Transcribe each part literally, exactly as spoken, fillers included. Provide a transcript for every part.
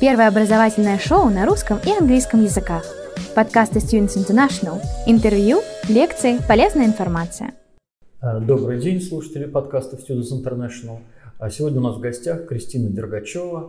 Первое образовательное шоу на русском и английском языках. Подкасты Students International. Интервью, лекции, полезная информация. Добрый день, слушатели подкаста Students International. Сегодня у нас в гостях Кристина Дергачева,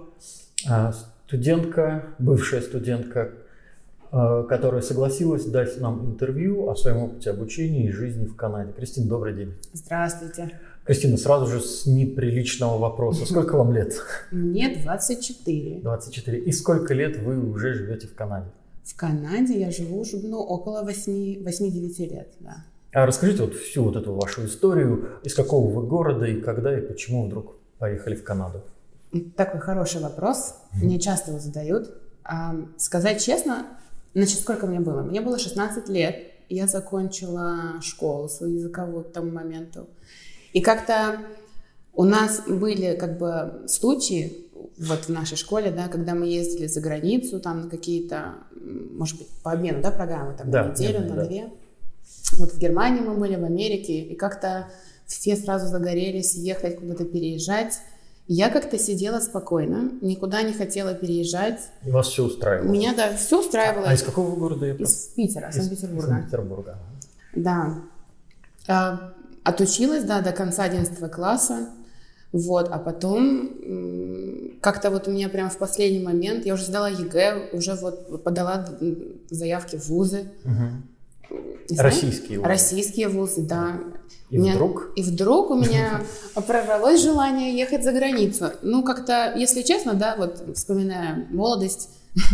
студентка, бывшая студентка, которая согласилась дать нам интервью о своем опыте обучения и жизни в Канаде. Кристина, добрый день. Здравствуйте. Кристина, сразу же с неприличного вопроса. Сколько вам лет? Мне двадцать четыре. двадцать четыре. И сколько лет вы уже живете в Канаде? В Канаде я живу уже ну, около восьми-девяти лет, да. А расскажите вот всю вот эту вашу историю, из какого вы города и когда и почему вдруг поехали в Канаду? Такой хороший вопрос. Мне часто его задают. А, сказать честно, значит, сколько мне было? Мне было шестнадцать лет. Я закончила школу свою языковую к тому моменту. И как-то у нас были как бы случаи вот в нашей школе, да, когда мы ездили за границу, там на какие-то, может быть, по обмену, да, программы, там, да, на неделю, да, на да. две. Вот в Германии мы были, в Америке, и как-то все сразу загорелись ехать, куда-то переезжать. Я как-то сидела спокойно, никуда не хотела переезжать. И вас все устраивало? Меня, да, все устраивало. А из какого вы города? Я из Питера, из Санкт-Петербурга. Санкт-Петербурга. Да. А, отучилась, да, до конца одиннадцатого класса. Вот, а потом м- как-то вот у меня прямо в последний момент, я уже сдала ЕГЭ, уже вот подала заявки в вузы. Угу. Российские вузы. Российские вузы, да. И меня, вдруг? И вдруг у меня прорвалось желание ехать за границу. Ну, как-то, если честно, да, вот вспоминая молодость,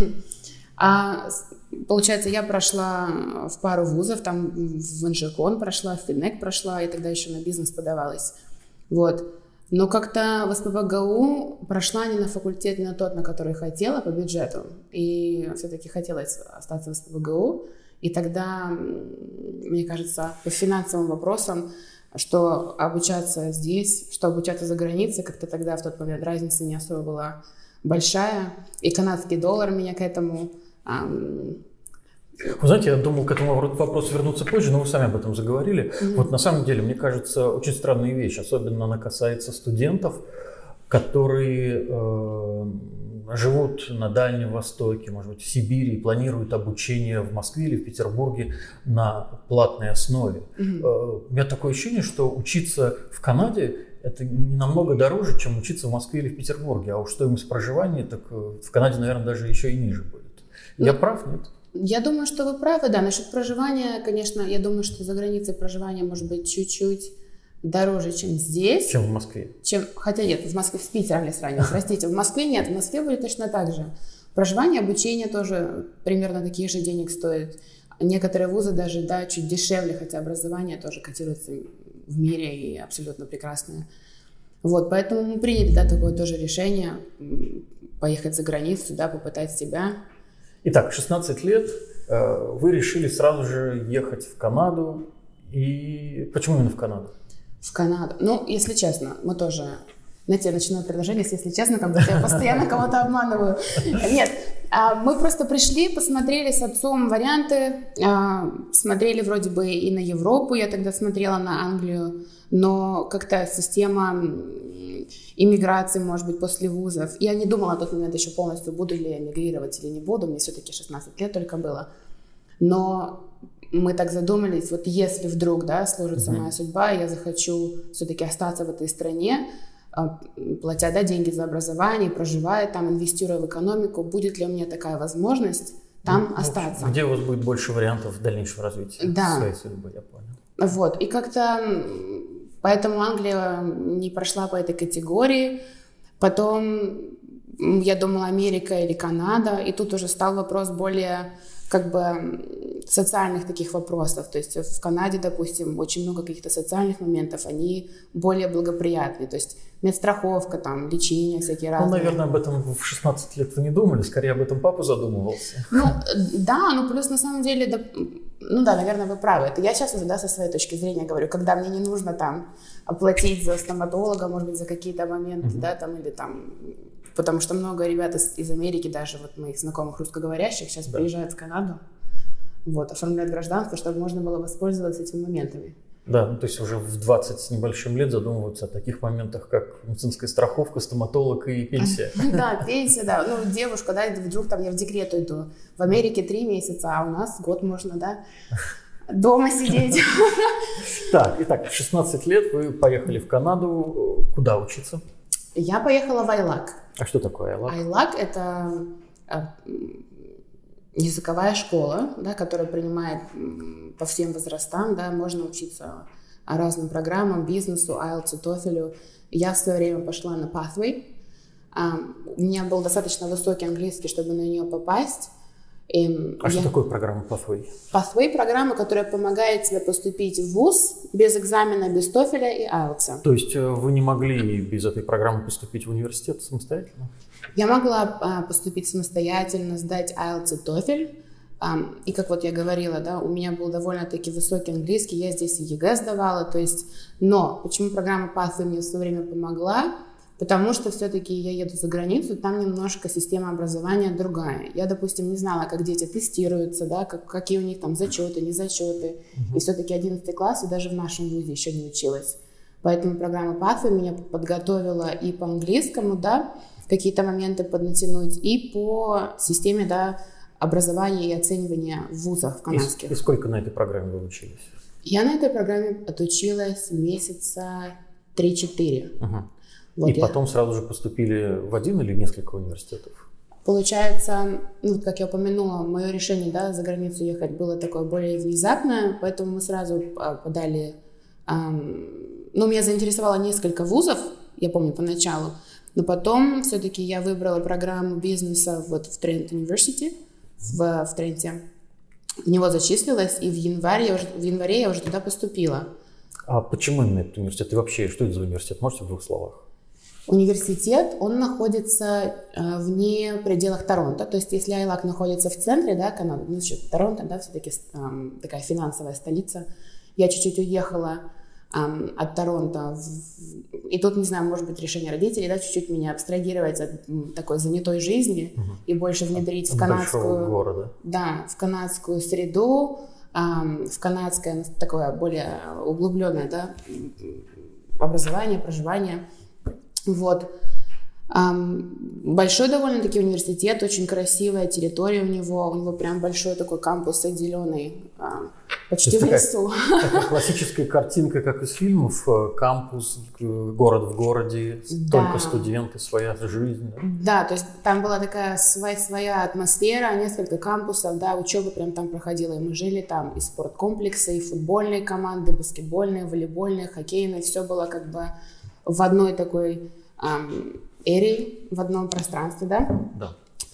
а, получается, я прошла в пару вузов, там в Инжикон прошла, в Финек прошла, я тогда еще на бизнес подавалась. Вот. Но как-то в СПбГУ прошла не на факультет, не на тот, на который хотела, по бюджету. И все-таки хотелось остаться в СПбГУ. И тогда, мне кажется, по финансовым вопросам, что обучаться здесь, что обучаться за границей, как-то тогда в тот момент разница не особо была большая. И канадский доллар меня к этому... Эм... Вы знаете, я думал к этому вопросу вернуться позже, но вы сами об этом заговорили. Mm-hmm. Вот на самом деле, мне кажется, очень странная вещь, особенно она касается студентов, которые э, живут на Дальнем Востоке, может быть, в Сибири, и планируют обучение в Москве или в Петербурге на платной основе. Mm-hmm. Э, у меня такое ощущение, что учиться в Канаде это не намного дороже, чем учиться в Москве или в Петербурге, а уж стоимость проживания так в Канаде, наверное, даже еще и ниже будет. Mm-hmm. Я прав, нет? Я думаю, что вы правы, да. Насчет проживания, конечно, я думаю, что за границей проживание может быть чуть-чуть дороже, чем здесь. Чем в Москве. Чем, хотя нет, в Москве, в Питере я сравниваю, простите. В Москве нет, в Москве будет точно так же. Проживание, обучение тоже примерно таких же денег стоит. Некоторые вузы даже, да, чуть дешевле, хотя образование тоже котируется в мире и абсолютно прекрасное. Вот, поэтому мы приняли, да, такое тоже решение поехать за границу, да, попытать себя. Итак, в шестнадцать лет э, вы решили сразу же ехать в Канаду. И почему именно в Канаду? В Канаду. Ну, если честно, мы тоже... Знаете, я начинаю предложение, если честно, как будто я постоянно кого-то обманываю. Нет, мы просто пришли, посмотрели с отцом варианты, смотрели вроде бы и на Европу, я тогда смотрела на Англию, но как-то система иммиграции, может быть, после вузов. Я не думала на тот момент еще полностью, буду ли я эмигрировать или не буду, мне все-таки шестнадцать лет только было. Но мы так задумались, вот если вдруг, да, сложится mm-hmm. моя судьба, я захочу все-таки остаться в этой стране, платя, да, деньги за образование, проживая там, инвестируя в экономику, будет ли у меня такая возможность там ну, остаться. Где у вас будет больше вариантов дальнейшего развития да. своей судьбы, я понял. Вот, и как-то поэтому Англия не прошла по этой категории. Потом я думала Америка или Канада, и тут уже стал вопрос более как бы социальных таких вопросов. То есть в Канаде, допустим, очень много каких-то социальных моментов, они более благоприятные. То есть медстраховка, там, лечение всякие разные. Ну, наверное, об этом в шестнадцать лет вы не думали, скорее об этом папа задумывался. Ну, да, ну плюс на самом деле, да, ну да, наверное, вы правы. Это я сейчас уже, да, со своей точки зрения говорю, когда мне не нужно там оплатить за стоматолога, может быть, за какие-то моменты, mm-hmm. да, там, или там... Потому что много ребят из, из Америки, даже вот моих знакомых русскоговорящих, сейчас да. приезжают в Канаду, вот, оформляют гражданство, чтобы можно было воспользоваться этими моментами. Да, ну, то есть уже в двадцать с небольшим лет задумываются о таких моментах, как медицинская страховка, стоматолог и пенсия. Да, пенсия, да. Ну, девушка, да, вдруг там я в декрет уйду. В Америке три месяца, а у нас год можно, да, дома сидеть. Так, итак, в шестнадцать лет вы поехали в Канаду. Куда учиться? Я поехала в айлак. А что такое айлак? айлак – это языковая школа, да, которая принимает по всем возрастам, да, можно учиться разным программам, бизнесу, айлтс, тофелю. Я в свое время пошла на Pathway. У меня был достаточно высокий английский, чтобы на нее попасть. И а я... что такое программа Pathway? Pathway – программа, которая помогает тебе поступить в вуз без экзамена, без тофеля и айлтса. То есть вы не могли без этой программы поступить в университет самостоятельно? Я могла а, поступить самостоятельно, сдать айлтс и тофель. А, и как вот я говорила, да, у меня был довольно-таки высокий английский, я здесь и ЕГЭ сдавала. То есть... Но почему программа Pathway мне в свое время помогла? Потому что все-таки я еду за границу, там немножко система образования другая. Я, допустим, не знала, как дети тестируются, да, как, какие у них там зачеты, не зачеты. Uh-huh. И все-таки одиннадцатый класс, и даже в нашем вузе еще не училась. Поэтому программа Pathway меня подготовила и по английскому, да, какие-то моменты поднатянуть, и по системе, да, образования и оценивания в вузах канадских. И, и сколько на этой программе вы учились? Я на этой программе отучилась месяца три-четыре. Uh-huh. Вот и я... потом сразу же поступили в один или несколько университетов? Получается, ну, как я упомянула, мое решение, да, за границу ехать было такое более внезапное, поэтому мы сразу подали... Эм, ну, меня заинтересовало несколько вузов, я помню, поначалу, но потом все-таки я выбрала программу бизнеса вот в Трент Университи, в, в Тренте. В него зачислилась, и в январе, я уже, в январе я уже туда поступила. А почему именно этот университет? И вообще, что это за университет? Можете в двух словах? Университет, он находится э, вне пределах Торонто. То есть, если айлак находится в центре, да, Канады, ну, что, Торонто, да, все-таки э, такая финансовая столица. Я чуть-чуть уехала э, от Торонто. В... И тут, не знаю, может быть, решение родителей, да, чуть-чуть меня абстрагировать от такой занятой жизни угу. и больше внедрить в канадскую... города. Да, в канадскую среду, э, в канадское такое более углубленное, да, образование, проживание. Вот. Большой довольно-таки университет, очень красивая территория у него, у него прям большой такой кампус отделенный, почти в лесу. Такая классическая картинка, как из фильмов, кампус, город в городе, да. Только студенты, своя жизнь. Да? Да, то есть там была такая своя, своя атмосфера, несколько кампусов, да, учеба прям там проходила, и мы жили там, и спорткомплексы, и футбольные команды, баскетбольные, волейбольные, хоккейные, все было как бы в одной такой эм, эре, в одном пространстве, да? Да.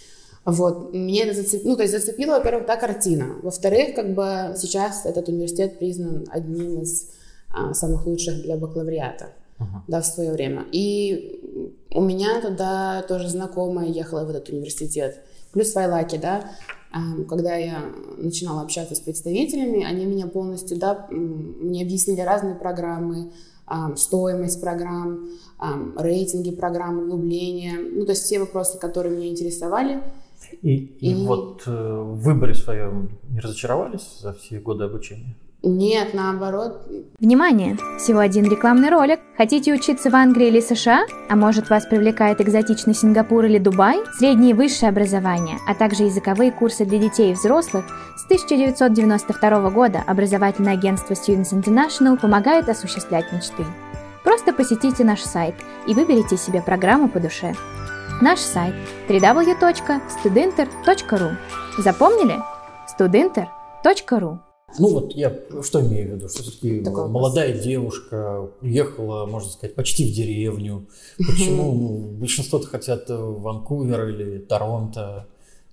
Вот, мне это зацепило, ну, то есть зацепила, во-первых, та картина. Во-вторых, как бы сейчас этот университет признан одним из а, самых лучших для бакалавриата, uh-huh. да, в свое время. И у меня туда тоже знакомая ехала в этот университет. Плюс в айлаке, да, а, когда я начинала общаться с представителями, они меня полностью, да, мне объяснили разные программы, стоимость программ, рейтинги программ, углубления, ну, то есть все вопросы, которые меня интересовали. И, и, и вот э, в выборе своем не разочаровались за все годы обучения? Нет, наоборот. Внимание! Всего один рекламный ролик. Хотите учиться в Англии или США? А может, вас привлекает экзотичный Сингапур или Дубай? Среднее и высшее образование, а также языковые курсы для детей и взрослых. С тысяча девятьсот девяносто второго года образовательное агентство Students International помогает осуществлять мечты. Просто посетите наш сайт и выберите себе программу по душе. Наш сайт дабл ю дабл ю дабл ю точка студентер точка ру. Запомнили? студентер точка ру. Ну вот я что имею в виду, что все-таки Такой молодая вопрос. Девушка уехала, можно сказать, почти в деревню. Почему ну, большинство-то хотят в Ванкувер или Торонто,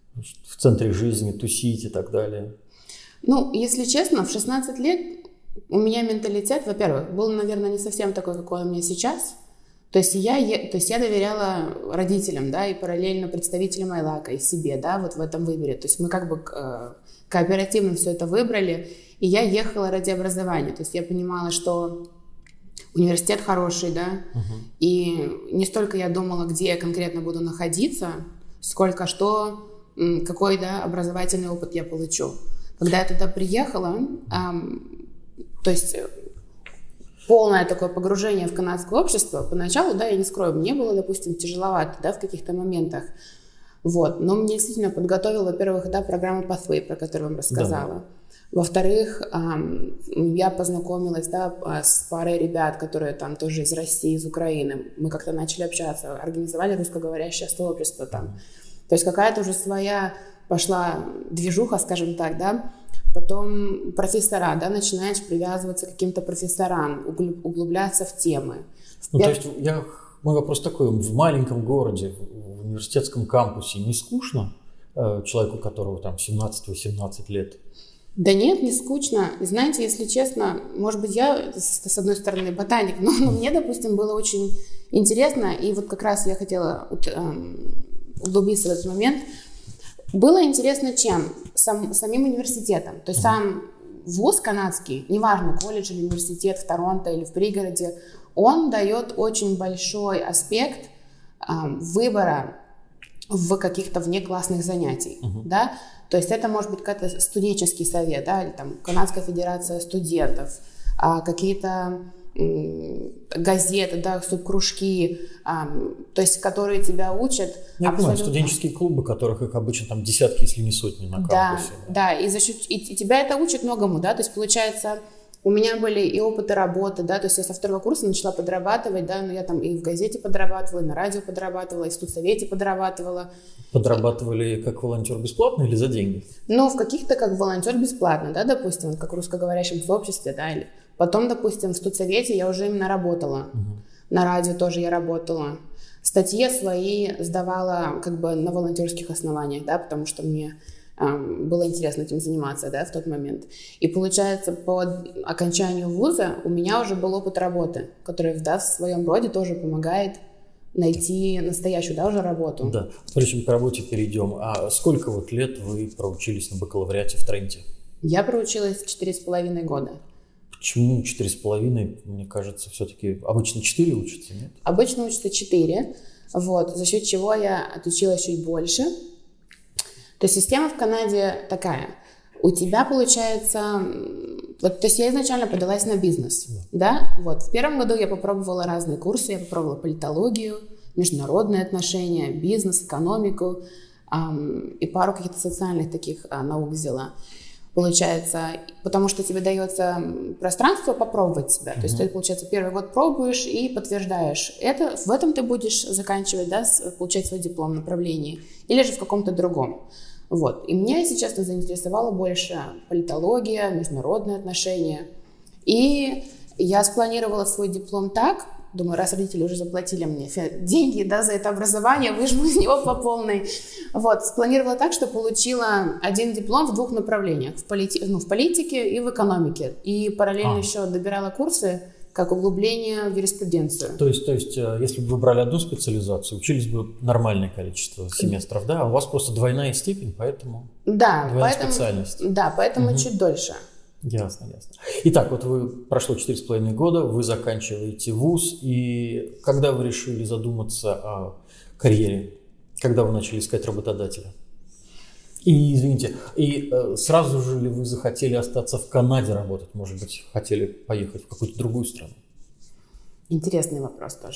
в центре жизни, тусить и так далее? Ну, если честно, в шестнадцать лет у меня менталитет, во-первых, был, наверное, не совсем такой, какой у меня сейчас. То есть я, то есть я доверяла родителям, да, и параллельно представителям айлака и себе, да, вот в этом выборе. То есть мы как бы кооперативно все это выбрали, и я ехала ради образования. То есть я понимала, что университет хороший, да, uh-huh. и не столько я думала, где я конкретно буду находиться, сколько что, какой, да, образовательный опыт я получу. Когда я туда приехала, эм, то есть полное такое погружение в канадское общество. Поначалу, да, я не скрою, мне было, допустим, тяжеловато, да, в каких-то моментах. Вот. Но мне действительно подготовила, во-первых, да, программа Pathway, про которую я вам рассказала. Да. Во-вторых, я познакомилась, да, с парой ребят, которые там тоже из России, из Украины. Мы как-то начали общаться, организовали русскоговорящее сообщество там. То есть какая-то уже своя пошла движуха, скажем так, да. Потом профессора, да, начинаешь привязываться к каким-то профессорам, углубляться в темы. Ну, то есть я, мой вопрос такой, в маленьком городе, в университетском кампусе не скучно человеку, у которого там семнадцать-восемнадцать лет? Да нет, не скучно. И знаете, если честно, может быть, я, с одной стороны, ботаник, но, но мне, допустим, было очень интересно, и вот как раз я хотела углубиться в этот момент. Было интересно чем? Сам, самим университетом. То есть сам вуз канадский, неважно, колледж или университет в Торонто или в пригороде, он дает очень большой аспект э, выбора в каких-то внеклассных занятий. Uh-huh. Да? То есть это может быть какой-то студенческий совет, да, или там Канадская федерация студентов, а, какие-то газеты, да, субкружки, а, то есть которые тебя учат. Я абсолютно... понимаю, студенческие клубы, которых их обычно там десятки, если не сотни на кампусе. Да, да, да, и, за счет, и, и тебя это учит многому, да, то есть получается, у меня были и опыты работы, да, то есть я со второго курса начала подрабатывать, да, но я там и в газете подрабатывала, и на радио подрабатывала, и в студсовете подрабатывала. Подрабатывали как волонтер бесплатно или за деньги? Ну, в каких-то как волонтер бесплатно, да, допустим, как в русскоговорящем сообществе, да, или потом, допустим, в студсовете я уже именно работала, угу. На радио тоже я работала, статьи свои сдавала как бы на волонтерских основаниях, да, потому что мне э, было интересно этим заниматься, да, в тот момент. И получается, по окончанию вуза у меня уже был опыт работы, который, да, в своем роде тоже помогает найти настоящую, да, уже работу. Да, прежде чем к работе перейдем, а сколько вот лет вы проучились на бакалавриате в Тренте? Я проучилась четыре с половиной года. Почему четыре с половиной? Мне кажется, все-таки обычно четыре учатся, нет? Обычно учатся четыре, вот, за счет чего я отучилась чуть больше. То есть система в Канаде такая. У тебя получается... Вот, то есть я изначально подалась на бизнес, да. да? Вот, в первом году я попробовала разные курсы. Я попробовала политологию, международные отношения, бизнес, экономику эм, и пару каких-то социальных таких э, наук взяла. Получается, потому что тебе дается пространство попробовать себя. Uh-huh. То есть ты, получается, первый год пробуешь и подтверждаешь. Это, в этом ты будешь заканчивать, да, получать свой диплом в направлении. Или же в каком-то другом. Вот. И меня, если честно, заинтересовала больше политология, международные отношения. И я спланировала свой диплом так, думаю, раз родители уже заплатили мне деньги, да, за это образование, выжму из него по полной. Вот, спланировала так, что получила один диплом в двух направлениях, в, полити... ну, в политике и в экономике. И параллельно а. еще добирала курсы как углубление в юриспруденцию. То есть, то есть, если бы вы брали одну специализацию, учились бы нормальное количество семестров, да? А у вас просто двойная степень, поэтому да, двойная поэтому, специальность. Да, поэтому угу. чуть дольше. Ясно, ясно. Итак, вот вы прошло четыре с половиной года, вы заканчиваете вуз, и когда вы решили задуматься о карьере? Когда вы начали искать работодателя? И, извините, и э, сразу же ли вы захотели остаться в Канаде работать? Может быть, хотели поехать в какую-то другую страну? Интересный вопрос тоже.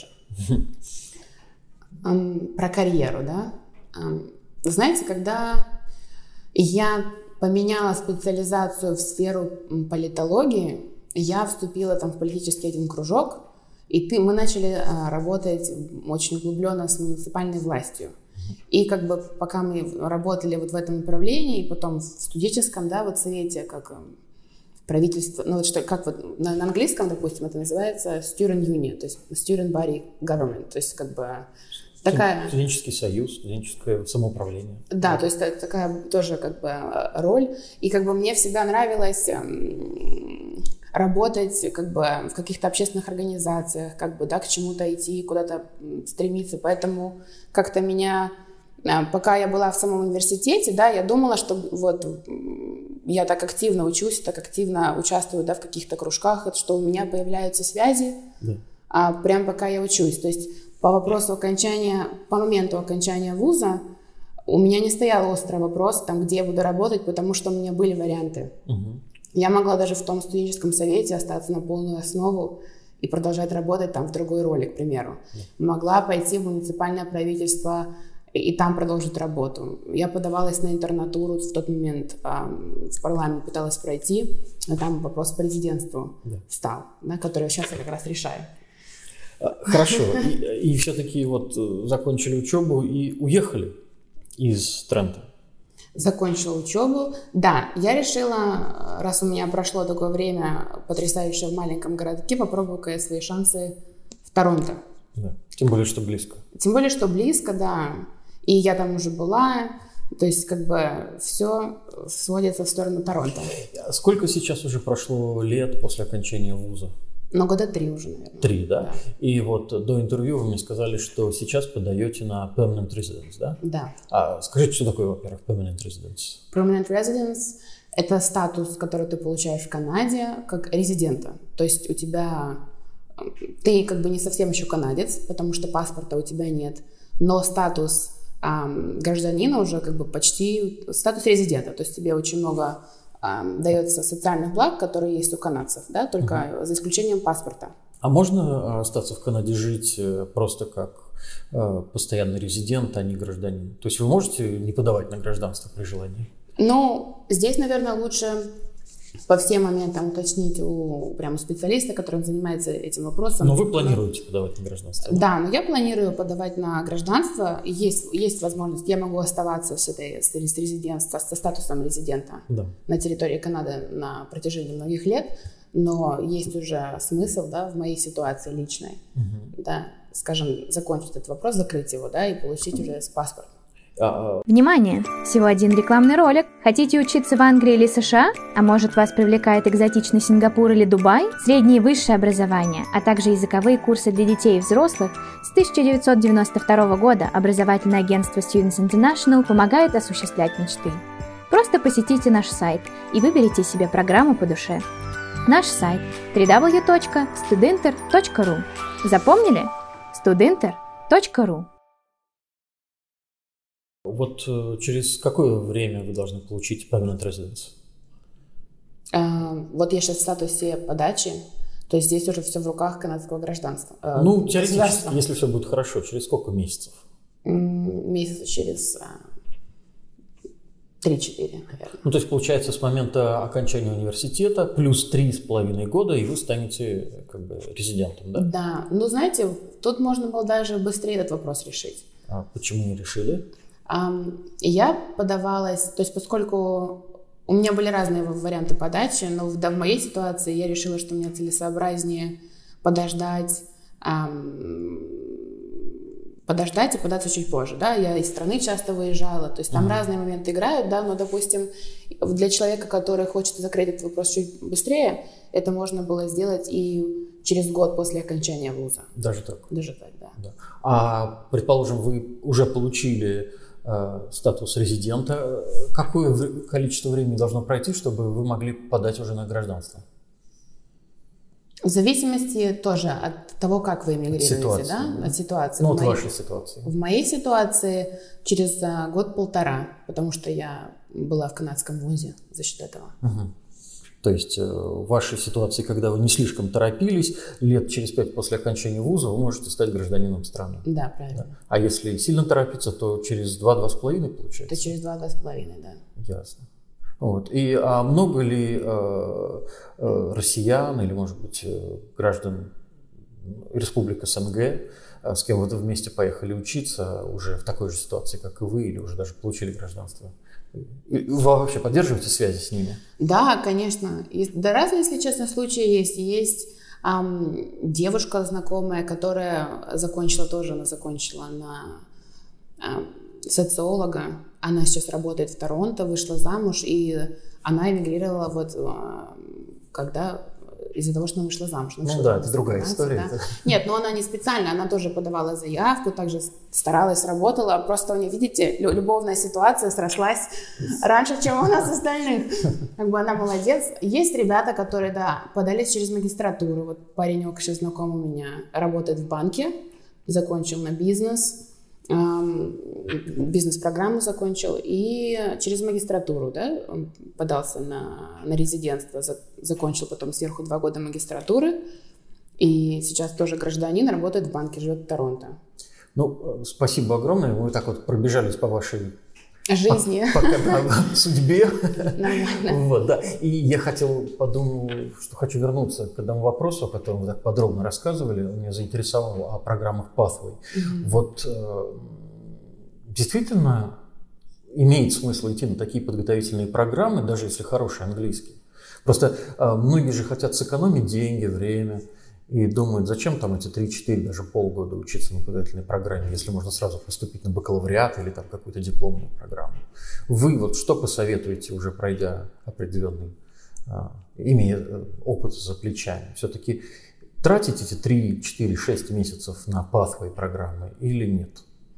Про карьеру, да? Знаете, когда я поменяла специализацию в сферу политологии, я вступила там в политический один кружок, и ты, мы начали а, работать очень углубленно с муниципальной властью. И как бы пока мы работали вот в этом направлении, и потом в студенческом, да, вот совете, как правительство, ну вот что, как вот на, на английском, допустим, это называется student union, то есть student body government, то есть как бы такая... Студенческий союз, студенческое самоуправление. Да, то есть это такая тоже как бы роль. И как бы мне всегда нравилось эм, работать как бы в каких-то общественных организациях, как бы, да, к чему-то идти, куда-то стремиться. Поэтому как-то меня, пока я была в самом университете, да, я думала, что вот я так активно учусь, так активно участвую, да, в каких-то кружках, что у меня появляются связи, да. а, прям пока я учусь. То есть по вопросу окончания, по моменту окончания вуза у меня не стоял острый вопрос, там, где я буду работать, потому что у меня были варианты. Угу. Я могла даже в том студенческом совете остаться на полную основу и продолжать работать там в другой роли, к примеру. Yeah. Могла пойти в муниципальное правительство и там продолжить работу. Я подавалась на интернатуру в тот момент, э, в парламент пыталась пройти, но там вопрос по президентству yeah. встал, да, который сейчас я как раз решаю. Хорошо. И, и все-таки вот закончили учебу и уехали из Трента. Закончила учебу. Да, я решила, раз у меня прошло такое время потрясающее в маленьком городке, попробую-ка я свои шансы в Торонто. Да. Тем более, что близко. Тем более, что близко, да. И я там уже была. То есть, как бы, все сводится в сторону Торонто. Сколько сейчас уже прошло лет после окончания вуза? Ну, года три уже, наверное. Три, да? Да. И вот до интервью вы мне сказали, что сейчас подаете на permanent residence, да? Да. А скажите, что такое, во-первых, permanent residence? Permanent residence – это статус, который ты получаешь в Канаде как резидента. То есть у тебя… Ты как бы не совсем еще канадец, потому что паспорта у тебя нет, но статус эм, гражданина уже как бы почти… Статус резидента. То есть тебе очень много… дается социальных благ, которые есть у канадцев, да, только uh-huh. за исключением паспорта. А можно остаться в Канаде жить просто как э, постоянный резидент, а не гражданин? То есть вы можете не подавать на гражданство при желании? Ну, здесь, наверное, лучше по всем моментам уточнить у прямо специалиста, который занимается этим вопросом. Но вы планируете подавать на гражданство? Да, да, но я планирую подавать на гражданство. Есть, есть возможность, я могу оставаться с, этой, с, резидент, со, со статусом резидента да. на территории Канады на протяжении многих лет, но есть уже смысл, да, в моей ситуации личной, угу. да, скажем, закончить этот вопрос, закрыть его, да, и получить уже паспорт. Внимание! Всего один рекламный ролик. Хотите учиться в Англии или США? А может, вас привлекает экзотичный Сингапур или Дубай? Среднее и высшее образование, а также языковые курсы для детей и взрослых с тысяча девятьсот девяносто второго года образовательное агентство Students International помогает осуществлять мечты. Просто посетите наш сайт и выберите себе программу по душе. Наш сайт дабл ю дабл ю дабл ю точка студинтер точка ру. Запомнили? студинтер точка ру. Вот через какое время вы должны получить permanent residence? А, вот я сейчас в статусе подачи, то есть здесь уже все в руках канадского гражданства. Ну, теоретически, если все будет хорошо, через сколько месяцев? Месяца через три-четыре, наверное. Ну, то есть, получается, с момента окончания университета плюс три с половиной года, и вы станете как бы резидентом, да? Да, ну, знаете, тут можно было даже быстрее этот вопрос решить. А почему не решили? Я подавалась, то есть поскольку у меня были разные варианты подачи, но в, да, в моей ситуации я решила, что мне целесообразнее подождать, эм, подождать и податься чуть позже, да, я из страны часто выезжала, то есть там uh-huh. разные моменты играют, да, но, допустим, для человека, который хочет закрыть этот вопрос чуть быстрее, это можно было сделать и через год после окончания вуза. Даже так? Даже так, да. да. А, предположим, вы уже получили статус резидента. Какое количество времени должно пройти, чтобы вы могли подать уже на гражданство? В зависимости тоже от того, как вы эмигрируете, да? От ситуации. Ну, от моей, вашей ситуации. В моей ситуации через год-полтора, потому что я была в канадском вузе за счет этого. Угу. То есть в вашей ситуации, когда вы не слишком торопились, лет через пять после окончания вуза вы можете стать гражданином страны. Да, правильно. Да. А если сильно торопиться, то через два-два с половиной получается? То через два-два с половиной, да. Ясно. Вот. И а много ли э, э, россиян или, может быть, граждан Республики СНГ, э, с кем вы вместе поехали учиться, уже в такой же ситуации, как и вы, или уже даже получили гражданство? Вы вообще поддерживаете связи с ними? Да, конечно. Да, разные, если честно, случаи есть. Есть эм, девушка знакомая, которая закончила тоже, она закончила на эм, социолога. Она сейчас работает в Торонто, вышла замуж, и она эмигрировала вот э, когда... из-за того, что она вышла замуж. Ну вышла да, это другая история. Да? Нет, но она не специально, она тоже подавала заявку, также старалась, работала. Просто у нее, видите, любовная ситуация срослась раньше, чем у нас остальных. Как бы она молодец. Есть ребята, которые, да, подались через магистратуру. Вот паренек, сейчас знакомый у меня, работает в банке, закончил на бизнес, бизнес-программу закончил, и через магистратуру, да, он подался на, на резидентство, за, закончил потом сверху два года магистратуры, И сейчас тоже гражданин, работает в банке, живет в Торонто. Ну, спасибо огромное. Мы так вот пробежались по вашей жизни, по, по, по судьбе. Нормально. Вот, да. И я хотел, подумал, что хочу вернуться к одному вопросу, о котором вы так подробно рассказывали. Он меня заинтересовал о программах Pathway. Mm-hmm. Вот э, действительно имеет смысл идти на такие подготовительные программы, даже если хороший английский. Просто э, многие же хотят сэкономить деньги, время. И думают, зачем там эти три-четыре, даже полгода учиться на подготовительной программе, если можно сразу поступить на бакалавриат или там какую-то дипломную программу. Вы вот что посоветуете, уже пройдя определенный, а, имея опыт за плечами? Все-таки тратить эти три, четыре, шесть месяцев на Pathway программы или нет?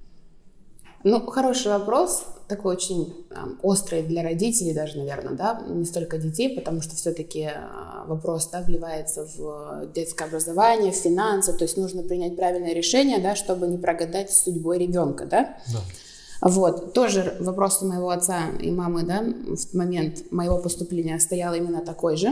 Ну, хороший вопрос, такой очень э, острый для родителей даже, наверное, да, не столько детей, потому что все-таки э, вопрос, да, вливается в детское образование, в финансы, то есть нужно принять правильное решение, да, чтобы не прогадать с судьбой ребенка, да. Да. Вот, тоже вопрос у моего отца и мамы, да, в момент моего поступления стоял именно такой же.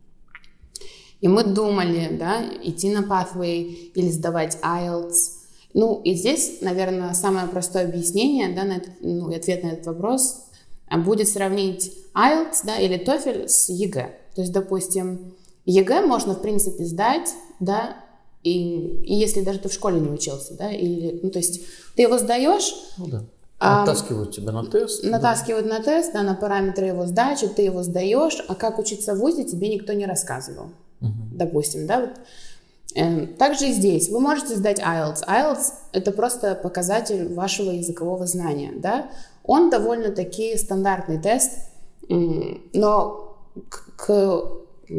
И мы думали, да, идти на Pathway или сдавать ай эл ти эс. Ну, и здесь, наверное, самое простое объяснение, да, на этот, ну, и ответ на этот вопрос будет сравнить ай эл ти эс, да, или TOEFL с ЕГЭ. То есть, допустим, ЕГЭ можно, в принципе, сдать, да, и, и если даже ты в школе не учился, да, или, ну, то есть ты его сдаешь. Ну, да. Натаскивают а, тебя на тест. Натаскивают да. на тест, да, на параметры его сдачи, ты его сдаешь, а как учиться в вузе тебе никто не рассказывал. Угу. Допустим, да, вот. Также и здесь. Вы можете сдать ай эл ти эс. ай эл ти эс – это просто показатель вашего языкового знания. Да? Он довольно-таки стандартный тест, но к, к,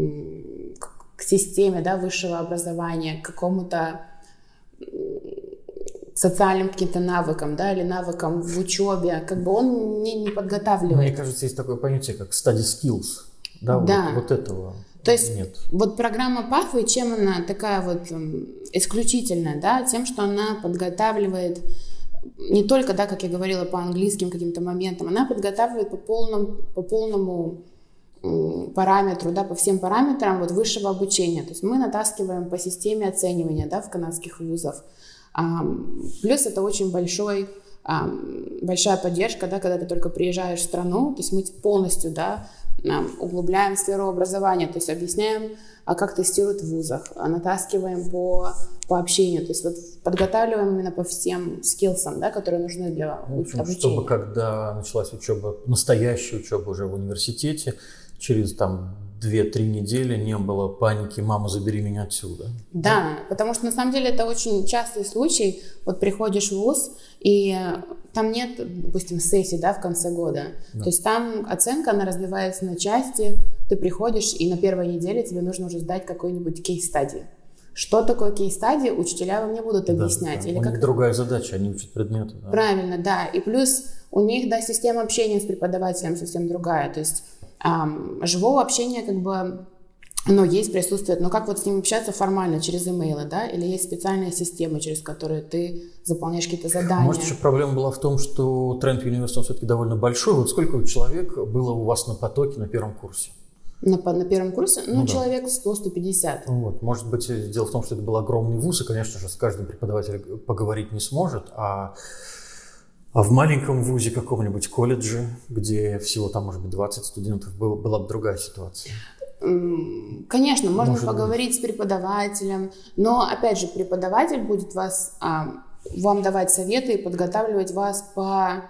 к системе, да, высшего образования, к какому-то социальным каким-то навыкам, да, или навыкам в учебе, как бы он не, не подготавливает. Мне кажется, есть такое понятие, как study skills. Да, да. Вот, вот этого. То есть нет. Вот программа Pathway, чем она такая вот исключительная, да, тем, что она подготавливает не только, да, как я говорила, по английским каким-то моментам, она подготавливает по полному, по полному параметру, да, по всем параметрам вот высшего обучения. То есть мы натаскиваем по системе оценивания, да, в канадских вузах. Плюс это очень большой, большая поддержка, да, когда ты только приезжаешь в страну, то есть мы полностью, да, углубляем сферу образования, то есть объясняем, а как тестируют в вузах, натаскиваем по, по общению, то есть вот подготавливаем именно по всем скиллсам, да, которые нужны для в общем, обучения. Чтобы когда началась учеба, настоящая учеба уже в университете, через там две-три недели не было паники «мама, забери меня отсюда». Да, потому что на самом деле это очень частый случай. Вот приходишь в вуз, и там нет, допустим, сессии, да, в конце года. Да. То есть там оценка, она разбивается на части. Ты приходишь, и на первой неделе тебе нужно уже сдать какой-нибудь кейс-стадии. Что такое кейс-стадии, учителя вам не будут объяснять. Да, Или у как... них другая задача, они учат предметы. Да. Правильно, да. И плюс у них, да, система общения с преподавателем совсем другая. То есть Um, живого общения как бы, оно есть, присутствует, но как вот с ним общаться формально, через имейлы, да, или есть специальная система, через которую ты заполняешь какие-то задания. Может, еще проблема была в том, что Трент University все-таки довольно большой. Вот сколько человек было у вас на потоке на первом курсе? На, на первом курсе? Ну, ну человек сто - сто пятьдесят. Вот. Может быть, дело в том, что это был огромный вуз, и, конечно же, с каждым преподавателем поговорить не сможет, а А в маленьком вузе, каком-нибудь колледже, где всего там, может быть, двадцать студентов, было, была бы другая ситуация? Конечно, можно может поговорить быть. с преподавателем, но, опять же, преподаватель будет вас, а, вам давать советы и подготавливать вас по,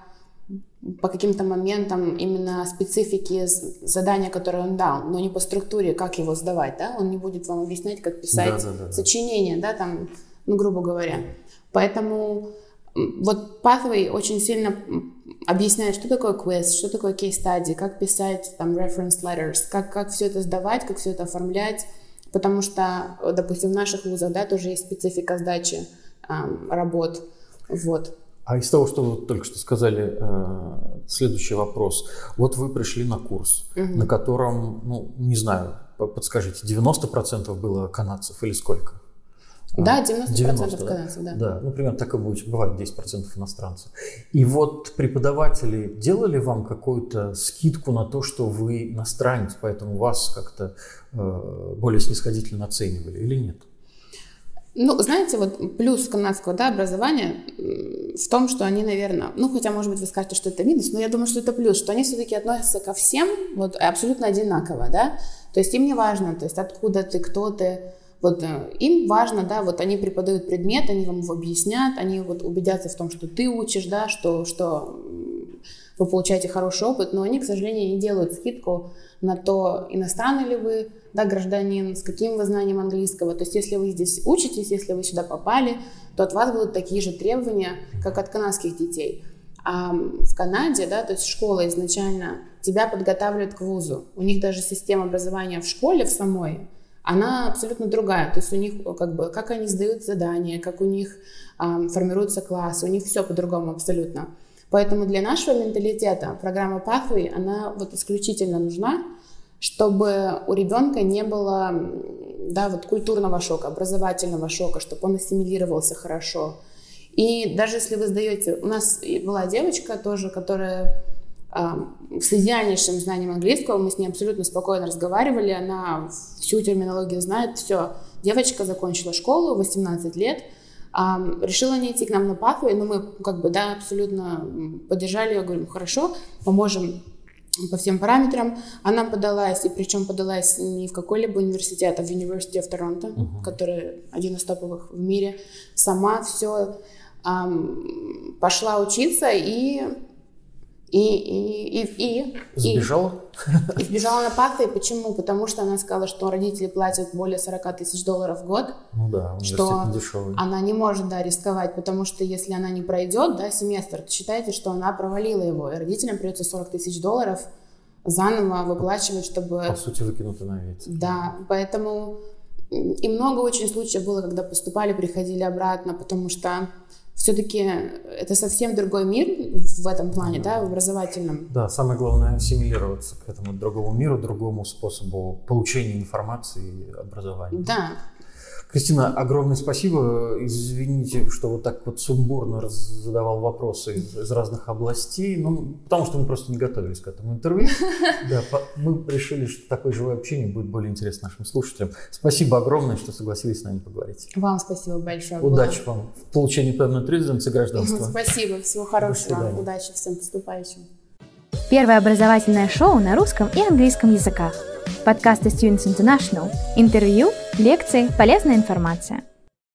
по каким-то моментам именно специфики задания, которое он дал, но не по структуре, как его сдавать, да? Он не будет вам объяснять, как писать да, да, да, сочинение, да, там, ну, грубо говоря. Поэтому... Вот Pathway очень сильно объясняет, что такое квест, что такое кейс-стадии, как писать там reference letters, как, как все это сдавать, как все это оформлять, потому что, допустим, в наших вузах, да, тоже есть специфика сдачи эм, работ, вот. А из того, что вы только что сказали, э, следующий вопрос. Вот вы пришли на курс, угу. на котором, ну, не знаю, подскажите, девяносто процентов было канадцев или сколько? Да, девяносто процентов канадцев, да. Да, ну, примерно так и будет. Бывает десять процентов иностранцев. И вот преподаватели делали вам какую-то скидку на то, что вы иностранец, поэтому вас как-то э, более снисходительно оценивали или нет? Ну, знаете, вот плюс канадского, да, образования в том, что они, наверное, ну, хотя, может быть, вы скажете, что это минус, но я думаю, что это плюс, что они все-таки относятся ко всем вот абсолютно одинаково, да, то есть им не важно, то есть откуда ты, кто ты, вот им важно, да, вот они преподают предмет, они вам его объяснят, они вот убедятся в том, что ты учишь, да, что, что вы получаете хороший опыт, но они, к сожалению, не делают скидку на то, иностранный ли вы, да, гражданин, с каким вы знанием английского. То есть если вы здесь учитесь, если вы сюда попали, то от вас будут такие же требования, как от канадских детей. А в Канаде, да, то есть школа изначально тебя подготавливает к вузу. У них даже система образования в школе в самой, она абсолютно другая. То есть у них, как бы, как они сдают задания, как у них а, формируются классы, у них все по-другому абсолютно. Поэтому для нашего менталитета программа Pathway, она вот исключительно нужна, чтобы у ребенка не было, да, вот культурного шока, образовательного шока, чтобы он ассимилировался хорошо. И даже если вы сдаете... У нас была девочка тоже, которая э, с идеальнейшим знанием английского, мы с ней абсолютно спокойно разговаривали, она всю терминологию знает, все. Девочка закончила школу, восемнадцать лет, э, решила не идти к нам на Pathway, но мы как бы, да, абсолютно поддержали ее, говорим, хорошо, поможем по всем параметрам. Она подалась, и причем подалась не в какой-либо университет, а в University of Toronto, uh-huh. который один из топовых в мире. Сама все эм, пошла учиться и... И, и, и, и, Сбежала? И, и сбежала на Pathway. Почему? Потому что она сказала, что родители платят более сорок тысяч долларов в год. Ну да, университет что дешевый. Она не может, да, рисковать, потому что если она не пройдет, да, семестр, то считайте, что она провалила его. И родителям придется сорок тысяч долларов заново выплачивать, чтобы... По сути, выкинуты на ветер. Да, поэтому и много очень случаев было, когда поступали, приходили обратно, потому что все-таки это совсем другой мир в этом плане, да, в образовательном. Да, самое главное ассимилироваться к этому другому миру, другому способу получения информации и образования. Да. Кристина, огромное спасибо. Извините, что вот так вот сумбурно задавал вопросы из, из разных областей, ну, потому что мы просто не готовились к этому интервью. Да, мы решили, что такое живое общение будет более интересно нашим слушателям. Спасибо огромное, что согласились с нами поговорить. Вам спасибо большое. Удачи вам в получении permanent residence и гражданства. Спасибо, всего хорошего. Удачи всем поступающим. Первое образовательное шоу на русском и английском языках. Подкасты Students International. Интервью, лекции, полезная информация.